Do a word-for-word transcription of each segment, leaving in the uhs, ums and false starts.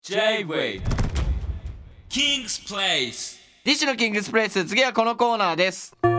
J-Wave King's Place ディッシュのキングスプレイス、次はこのコーナーです。うっ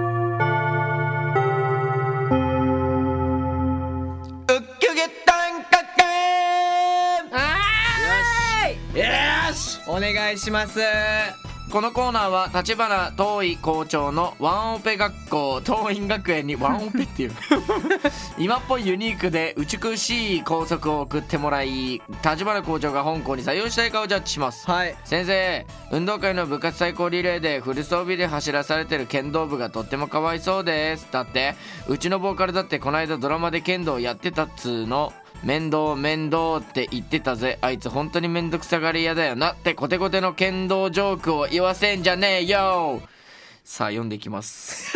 きゅげたんかけー。 はーい、 よし、 お願いします。 このコーナーは立花東医校長のワンオペ学校東院学園にワンオペっていう今っぽいユニークで美しい校則を送ってもらい、立花校長が本校に採用したいかをジャッジします。 はい。 先生、運動会の部活対抗リレーでフル装備で走らされてる剣道部がとってもかわいそうです。だってうちのボーカルだってこの間ドラマで剣道やってたっつーの。面倒面倒って言ってたぜ。あいつ本当にめんどくさがり屋だよなってコテコテの剣道ジョークを言わせんじゃねえよ。さあ読んでいきます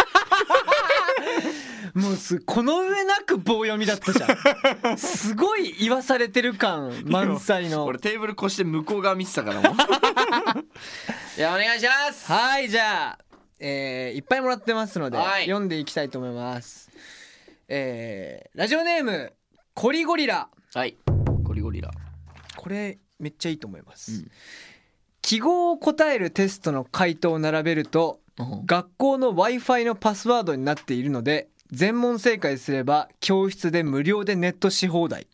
もうすこの上なく棒読みだったじゃんすごい言わされてる感満載の。 俺テーブル越して向こう側見てたからもういやお願いします。 はい、じゃあ、えー、いっぱいもらってますので、 はい、 読んでいきたいと思います。えー、ラジオネームコリゴリラ。 はい、コリゴリラ、 これめっちゃいいと思います、うん、記号を答えるテストの回答を並べると、うん、学校の Wi-Fi のパスワードになっているので全問正解すれば教室で無料でネットし放題。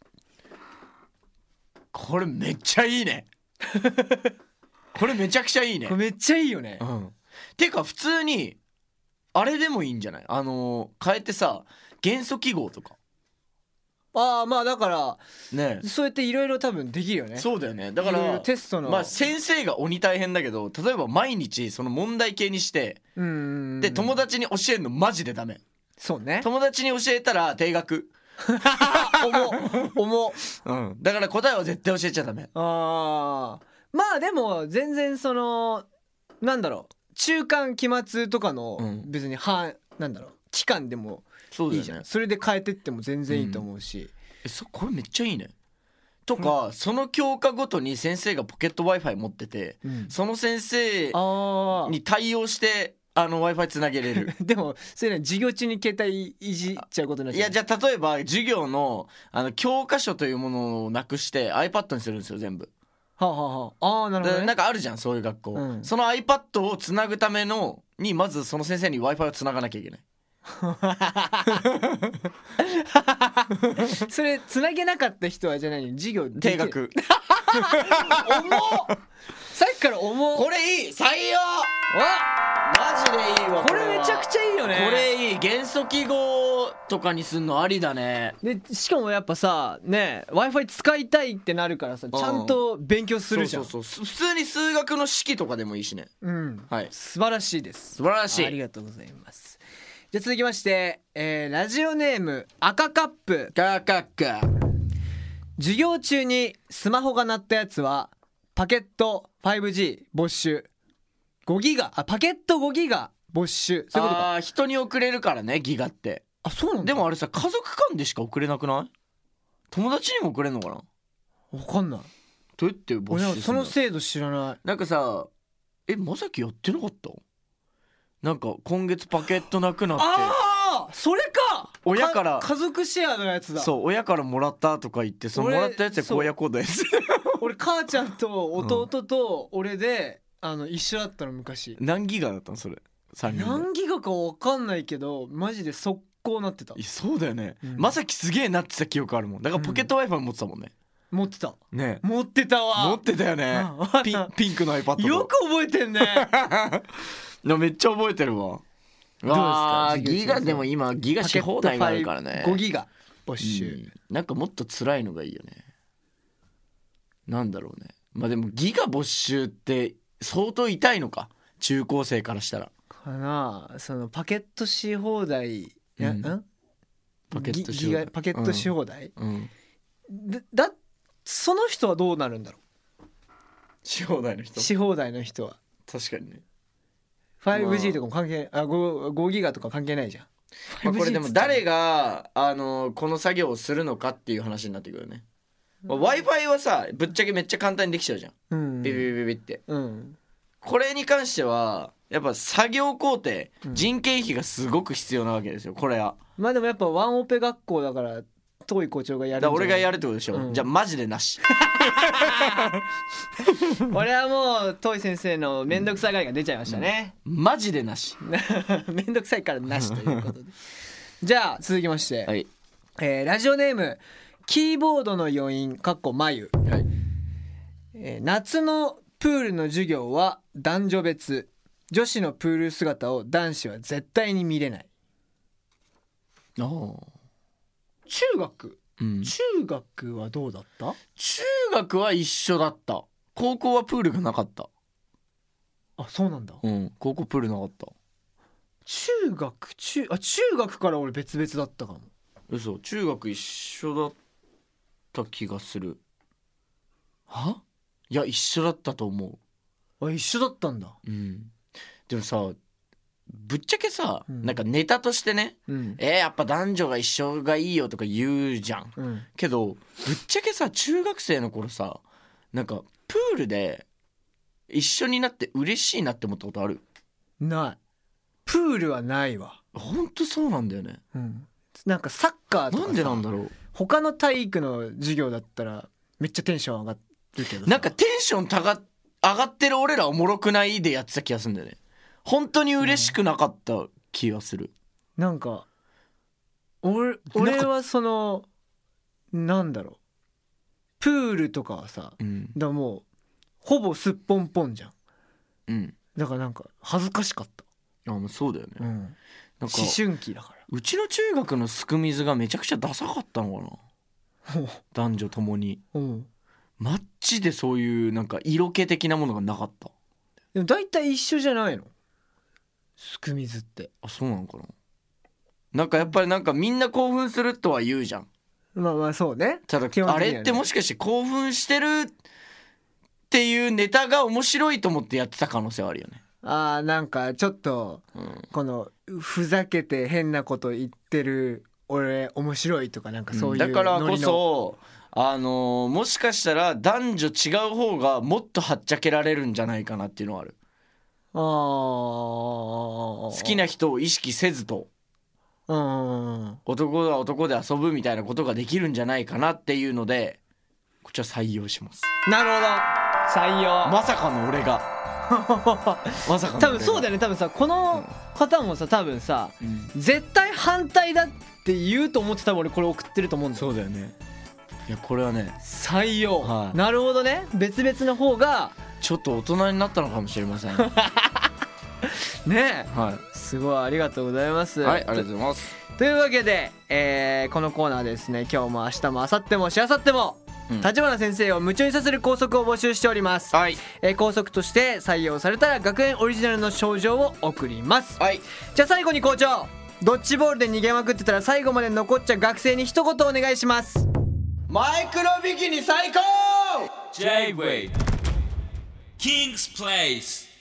これめっちゃいいねこれめちゃくちゃいいね。 これめっちゃいいよね、 うん、てか普通にあれでもいいんじゃない？あのー、変えてさ元素記号とか。 ああ、まあだからね、 そうやっていろいろ多分できるよね。 そうだよね。だからテストの、 まあ先生が鬼大変だけど、例えば毎日その問題系にして、うん、で友達に教えるのマジでダメ。 そうね。 友達に教えたら定額重重、 うん、だから答えは絶対教えちゃダメ。 ああ、まあでも全然そのなんだろう、中間期末とかの別には、うん、なんだろう期間でもいいじゃん。 そ,、ね、それで変えてっても全然いいと思うし、うん、 えそこれめっちゃいいね。とか、その教科ごとに先生がポケット Wi-Fi 持ってて、うん、その先生に対応してあの Wi-Fi つなげれるでもそれね、授業中に携帯いじっちゃうことになっちゃう。 いや、じゃあ例えば授業 の, あの教科書というものをなくして iPad にするんですよ全部。 はあはあはあ、あーなるほど、ね、 なんかあるじゃんそういう学校、うん、その iPad をつなぐためのにまずその先生に Wi-Fi をつながなきゃいけないそれつなげなかった人はじゃない授業定額重っさっきから重っ。 これいい、採用。マジでいいわ。 これめちゃくちゃいいよね。 これいい。元素記号とかにすんのありだね。 でしかもやっぱさね Wi-Fi 使いたいってなるからさ、ちゃんと勉強するじゃん。 そうそうそう、普通に数学の式とかでもいいしね。 うん、はい、素晴らしいです。 素晴らしい。 ありがとうございます。じゃあ続きまして、えー、ラジオネーム赤カップ。 カカッカ。 授業中にスマホが鳴ったやつはパケット ファイブジー 没収、ごギガ、あパケットごギガ没収、そういうことか。 あー、人に送れるからねギガって。 あ、そうなんだ。 でもあれさ家族間でしか送れなくない？友達にも送れんのかな？ わかんない。 どうやって没収するの？ その制度知らない。 なんかさ、えまさきやってなかった？なんか今月パケットなくなって、 ああそれか、 親から家族シェアのやつだ。 そう、親からもらったとか言って、そのもらったやつで荒野行動やつ俺母ちゃんと弟と俺で、うん、あの一緒だったの昔。 何ギガだったのそれ？さんにんで何ギガか分かんないけどマジで速攻なってた。 いやそうだよね、うん、まさきすげえなってた記憶あるもん。だからポケット Wi-Fi 持ってたもんね、 うん、持ってたね。 持ってたわ。 持ってたよねピン、ピンクの iPad とよく覚えてんねめっちゃ覚えてるわ。 どうですかギガ？でも今ギガし放題があるからね。 ごギガ没収、うん、 なんかもっと辛いのがいいよね。なんだろうね。まあでもギガ没収って相当痛いのか中高生からしたらかな。そのパケットし放題、うん、んパケットし放題、 パケットし放題、 うんうん、だ, だその人はどうなるんだろう。 し放題の人し放題の人は確かにね。 ファイブジー とかも関係、あ 5, 5ギガとか関係ないじゃん、 まあ、これでも誰があのこの作業をするのかっていう話になってくるね、うん、Wi-Fi はさぶっちゃけめっちゃ簡単にできちゃうじゃん、うん、ビビビビビって、うん、これに関してはやっぱ作業工程、うん、人件費がすごく必要なわけですよこれは。 まあでもやっぱワンオペ学校だから遠い校長がやるんじゃない。 だ俺がやるってことでしょ、うん、じゃあマジでなし俺はもうトイ先生のめんどくさがりが出ちゃいましたね、 マジでなし。 めんどくさいからなしということでじゃあ続きまして、 はい、 えーラジオネームキーボードの余韻かっこ眉、 はい、 えー夏のプールの授業は男女別、女子のプール姿を男子は絶対に見れない。 あー、 中学、 うん、 中学はどうだった？ 中学は一緒だった。高校はプールがなかった。 あ、そうなんだ。 うん、高校プールなかった。 中学中あ中学から俺別々だったかも。 嘘、中学一緒だった気がする。はいや一緒だったと思う。あ、一緒だったんだ。 うん。でもさ、ぶっちゃけさ、 うん、 なんかネタとしてね、 うん、 えー、やっぱ男女が一緒がいいよとか言うじゃん、うん、けどぶっちゃけさ、中学生の頃さ、なんかプールで一緒になって嬉しいなって思ったことある？ ない。プールはないわ。 ほんとそうなんだよね、 うん、なんかサッカーとかさ、 なんでなんだろう、 他の体育の授業だったらめっちゃテンション上がるけどさ、 なんかテンションたが上がってる俺らおもろくないでやってた気がするんだよね。本当に嬉しくなかった気がする、 うん、なんか俺俺はそのなんだろう、プールとかはさ、うん、だからもうほぼすっぽんぽんじゃん、うん、だからなんか恥ずかしかった。 あ、もうそうだよね、うん、 なんか思春期だから。 うちの中学のすく水がめちゃくちゃダサかったのかな男女ともに、うん、マッチでそういうなんか色気的なものがなかった。 でも大体一緒じゃないの、すく水って。 あ、そうなのかな。なんかやっぱりなんかみんな興奮するとは言うじゃん。 まあまあそうね。 ただあれってもしかして興奮してるっていうネタが面白いと思ってやってた可能性はあるよね。 あー、なんかちょっと、うん、このふざけて変なこと言ってる俺面白いとか、なんかそういうノリの、 だからこそあのー、もしかしたら男女違う方がもっとはっちゃけられるんじゃないかなっていうのはある。あ、好きな人を意識せずと、うん、男は男で遊ぶみたいなことができるんじゃないかなっていうので、こちら採用します。 なるほど、採用。 まさかの俺がまさかの多分そうだよね。多分さ、この方もさ、多分さ、うん、絶対反対だって言うと思って多分俺これ送ってると思うんだよ。 そうだよね。いやこれはね、 採用、はい、なるほどね。別々の方がちょっと大人になったのかもしれませんねえ、 はい、 すごいありがとうございます。 はい、ありがとうございます。 というわけで、えー、このコーナーですね、今日も明日も明後日もしあさっても立花先生を夢中にさせる校則を募集しております、はい、えー、校則として採用されたら学園オリジナルの賞状を送ります、はい、じゃあ最後に校長、ドッジボールで逃げまくってたら最後まで残っちゃう学生に一言お願いします。 マイクロビキニ最高 J-Way King's Place